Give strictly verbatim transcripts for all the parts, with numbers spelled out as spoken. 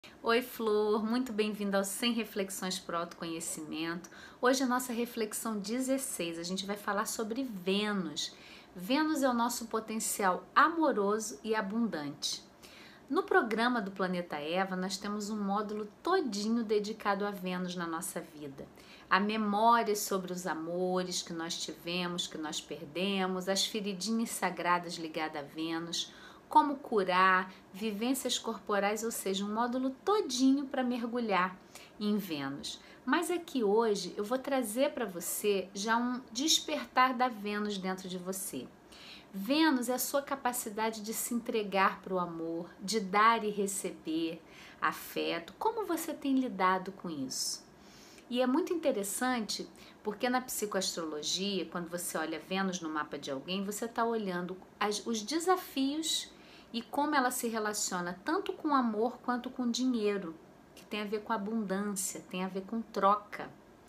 Oi, Flor, muito bem-vinda ao cem Reflexões para o Autoconhecimento. Hoje a nossa reflexão dezesseis, a gente vai falar sobre Vênus. Vênus é o nosso potencial amoroso e abundante. No programa do Planeta Eva, nós temos um módulo todinho dedicado a Vênus na nossa vida. A memória sobre os amores que nós tivemos, que nós perdemos, as feridinhas sagradas ligadas a Vênus, como curar, vivências corporais, ou seja, um módulo todinho para mergulhar em Vênus. Mas aqui hoje eu vou trazer para você já um despertar da Vênus dentro de você. Vênus é a sua capacidade de se entregar para o amor, de dar e receber afeto. Como você tem lidado com isso? E é muito interessante porque na psicoastrologia, quando você olha Vênus no mapa de alguém, você está olhando as, os desafios e como ela se relaciona tanto com amor quanto com dinheiro, que tem a ver com abundância, tem a ver com troca.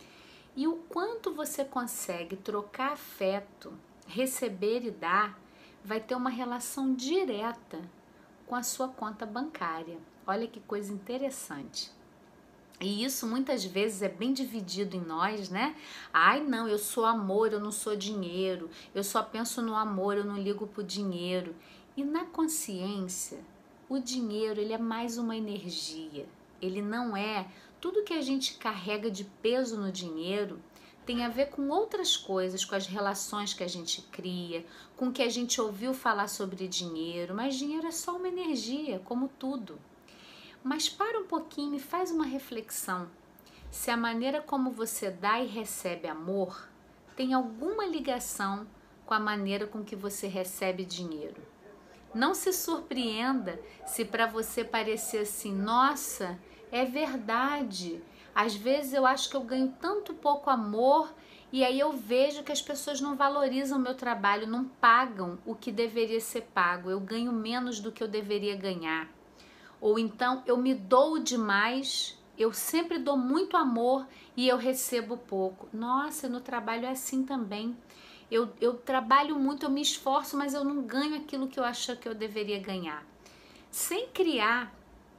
E o quanto você consegue trocar afeto, receber e dar, vai ter uma relação direta com a sua conta bancária. Olha que coisa interessante. E isso muitas vezes é bem dividido em nós, né? Ai, não, eu sou amor, eu não sou dinheiro. Eu só penso no amor, eu não ligo pro dinheiro. E na consciência, o dinheiro, ele é mais uma energia. Ele não é tudo que a gente carrega de peso no dinheiro. Tem a ver com outras coisas, com as relações que a gente cria, com o que a gente ouviu falar sobre dinheiro. Mas dinheiro é só uma energia, como tudo. Mas para um pouquinho e faz uma reflexão. Se a maneira como você dá e recebe amor tem alguma ligação com a maneira com que você recebe dinheiro. Não se surpreenda se para você parecer assim, nossa, é verdade. Às vezes eu acho que eu ganho tanto pouco amor e aí eu vejo que as pessoas não valorizam o meu trabalho, não pagam o que deveria ser pago. Eu ganho menos do que eu deveria ganhar. Ou então eu me dou demais, eu sempre dou muito amor e eu recebo pouco. Nossa, no trabalho é assim também. Eu, eu trabalho muito, eu me esforço, mas eu não ganho aquilo que eu acho que eu deveria ganhar. Sem criar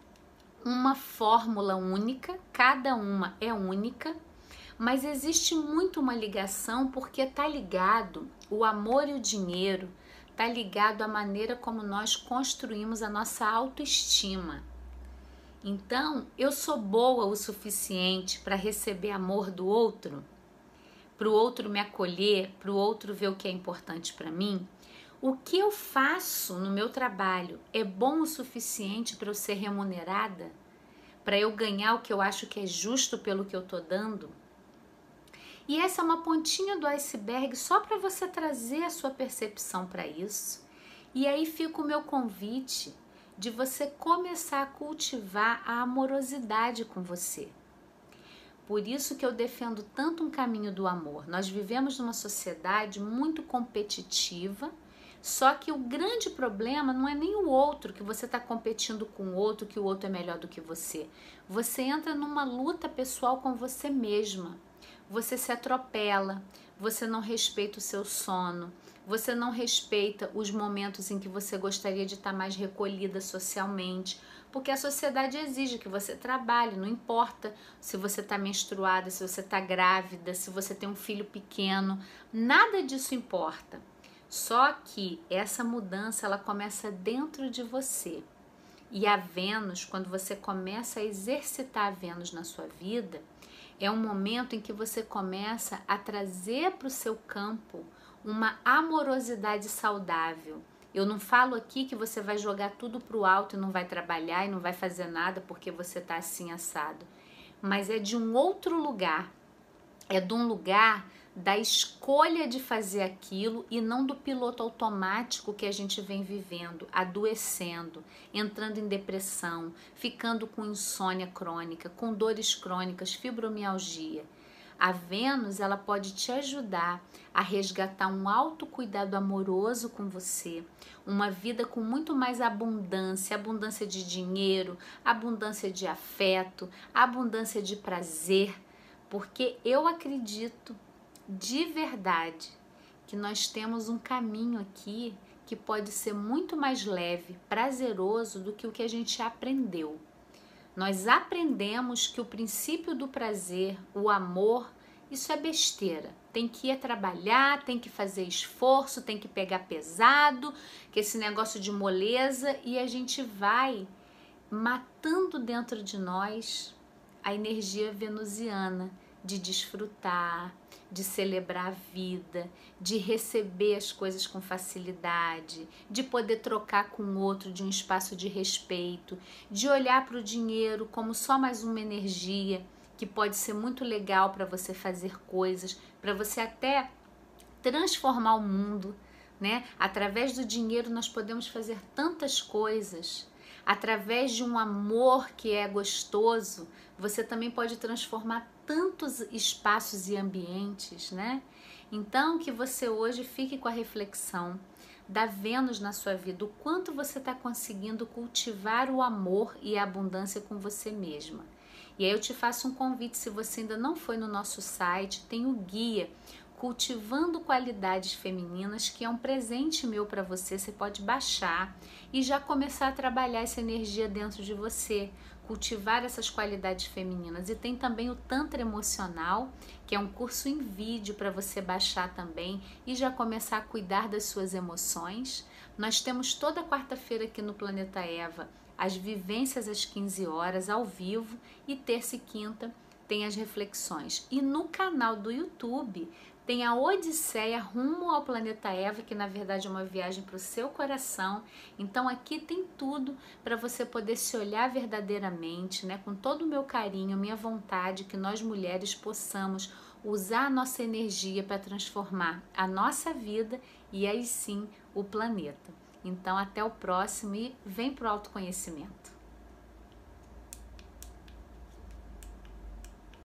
uma fórmula única, cada uma é única, mas existe muito uma ligação porque está ligado o amor e o dinheiro, está ligado à maneira como nós construímos a nossa autoestima. Então, eu sou boa o suficiente para receber amor do outro? Para o outro me acolher, para o outro ver o que é importante para mim? O que eu faço no meu trabalho é bom o suficiente para eu ser remunerada? Para eu ganhar o que eu acho que é justo pelo que eu estou dando? E essa é uma pontinha do iceberg só para você trazer a sua percepção para isso. E aí fica o meu convite de você começar a cultivar a amorosidade com você. Por isso que eu defendo tanto um caminho do amor. Nós vivemos numa sociedade muito competitiva, só que o grande problema não é nem o outro, que você está competindo com o outro, que o outro é melhor do que você. Você entra numa luta pessoal com você mesma. Você se atropela, você não respeita o seu sono, você não respeita os momentos em que você gostaria de estar mais recolhida socialmente, porque a sociedade exige que você trabalhe, não importa se você está menstruada, se você está grávida, se você tem um filho pequeno, nada disso importa. Só que essa mudança ela começa dentro de você. E a Vênus, quando você começa a exercitar a Vênus na sua vida, é um momento em que você começa a trazer para o seu campo uma amorosidade saudável. Eu não falo aqui que você vai jogar tudo para o alto e não vai trabalhar e não vai fazer nada porque você está assim assado. Mas é de um outro lugar. É de um lugar da escolha de fazer aquilo e não do piloto automático que a gente vem vivendo, adoecendo, entrando em depressão, ficando com insônia crônica, com dores crônicas, fibromialgia. A Vênus, ela pode te ajudar a resgatar um autocuidado amoroso com você, uma vida com muito mais abundância, abundância de dinheiro, abundância de afeto, abundância de prazer, porque eu acredito de verdade que nós temos um caminho aqui que pode ser muito mais leve, prazeroso do que o que a gente aprendeu. Nós aprendemos que o princípio do prazer, o amor, isso é besteira. Tem que ir trabalhar, tem que fazer esforço, tem que pegar pesado, que esse negócio de moleza, e a gente vai matando dentro de nós a energia venusiana de desfrutar, de celebrar a vida, de receber as coisas com facilidade, de poder trocar com o outro de um espaço de respeito, de olhar para o dinheiro como só mais uma energia que pode ser muito legal para você fazer coisas, para você até transformar o mundo, né? Através do dinheiro nós podemos fazer tantas coisas. Através de um amor que é gostoso, você também pode transformar tantos espaços e ambientes, né? Então, que você hoje fique com a reflexão da Vênus na sua vida, o quanto você está conseguindo cultivar o amor e a abundância com você mesma. E aí eu te faço um convite, se você ainda não foi no nosso site, tem o guia Cultivando Qualidades Femininas, que é um presente meu para você, você pode baixar e já começar a trabalhar essa energia dentro de você, cultivar essas qualidades femininas. E tem também o Tantra Emocional, que é um curso em vídeo para você baixar também e já começar a cuidar das suas emoções. Nós temos toda quarta-feira aqui no Planeta Eva as vivências às quinze horas, ao vivo, e terça e quinta tem as reflexões. E no canal do YouTube tem a Odisseia rumo ao Planeta Eva, que na verdade é uma viagem para o seu coração. Então aqui tem tudo para você poder se olhar verdadeiramente, né? Com todo o meu carinho, minha vontade, que nós mulheres possamos usar a nossa energia para transformar a nossa vida e aí sim o planeta. Então até o próximo e vem para o autoconhecimento.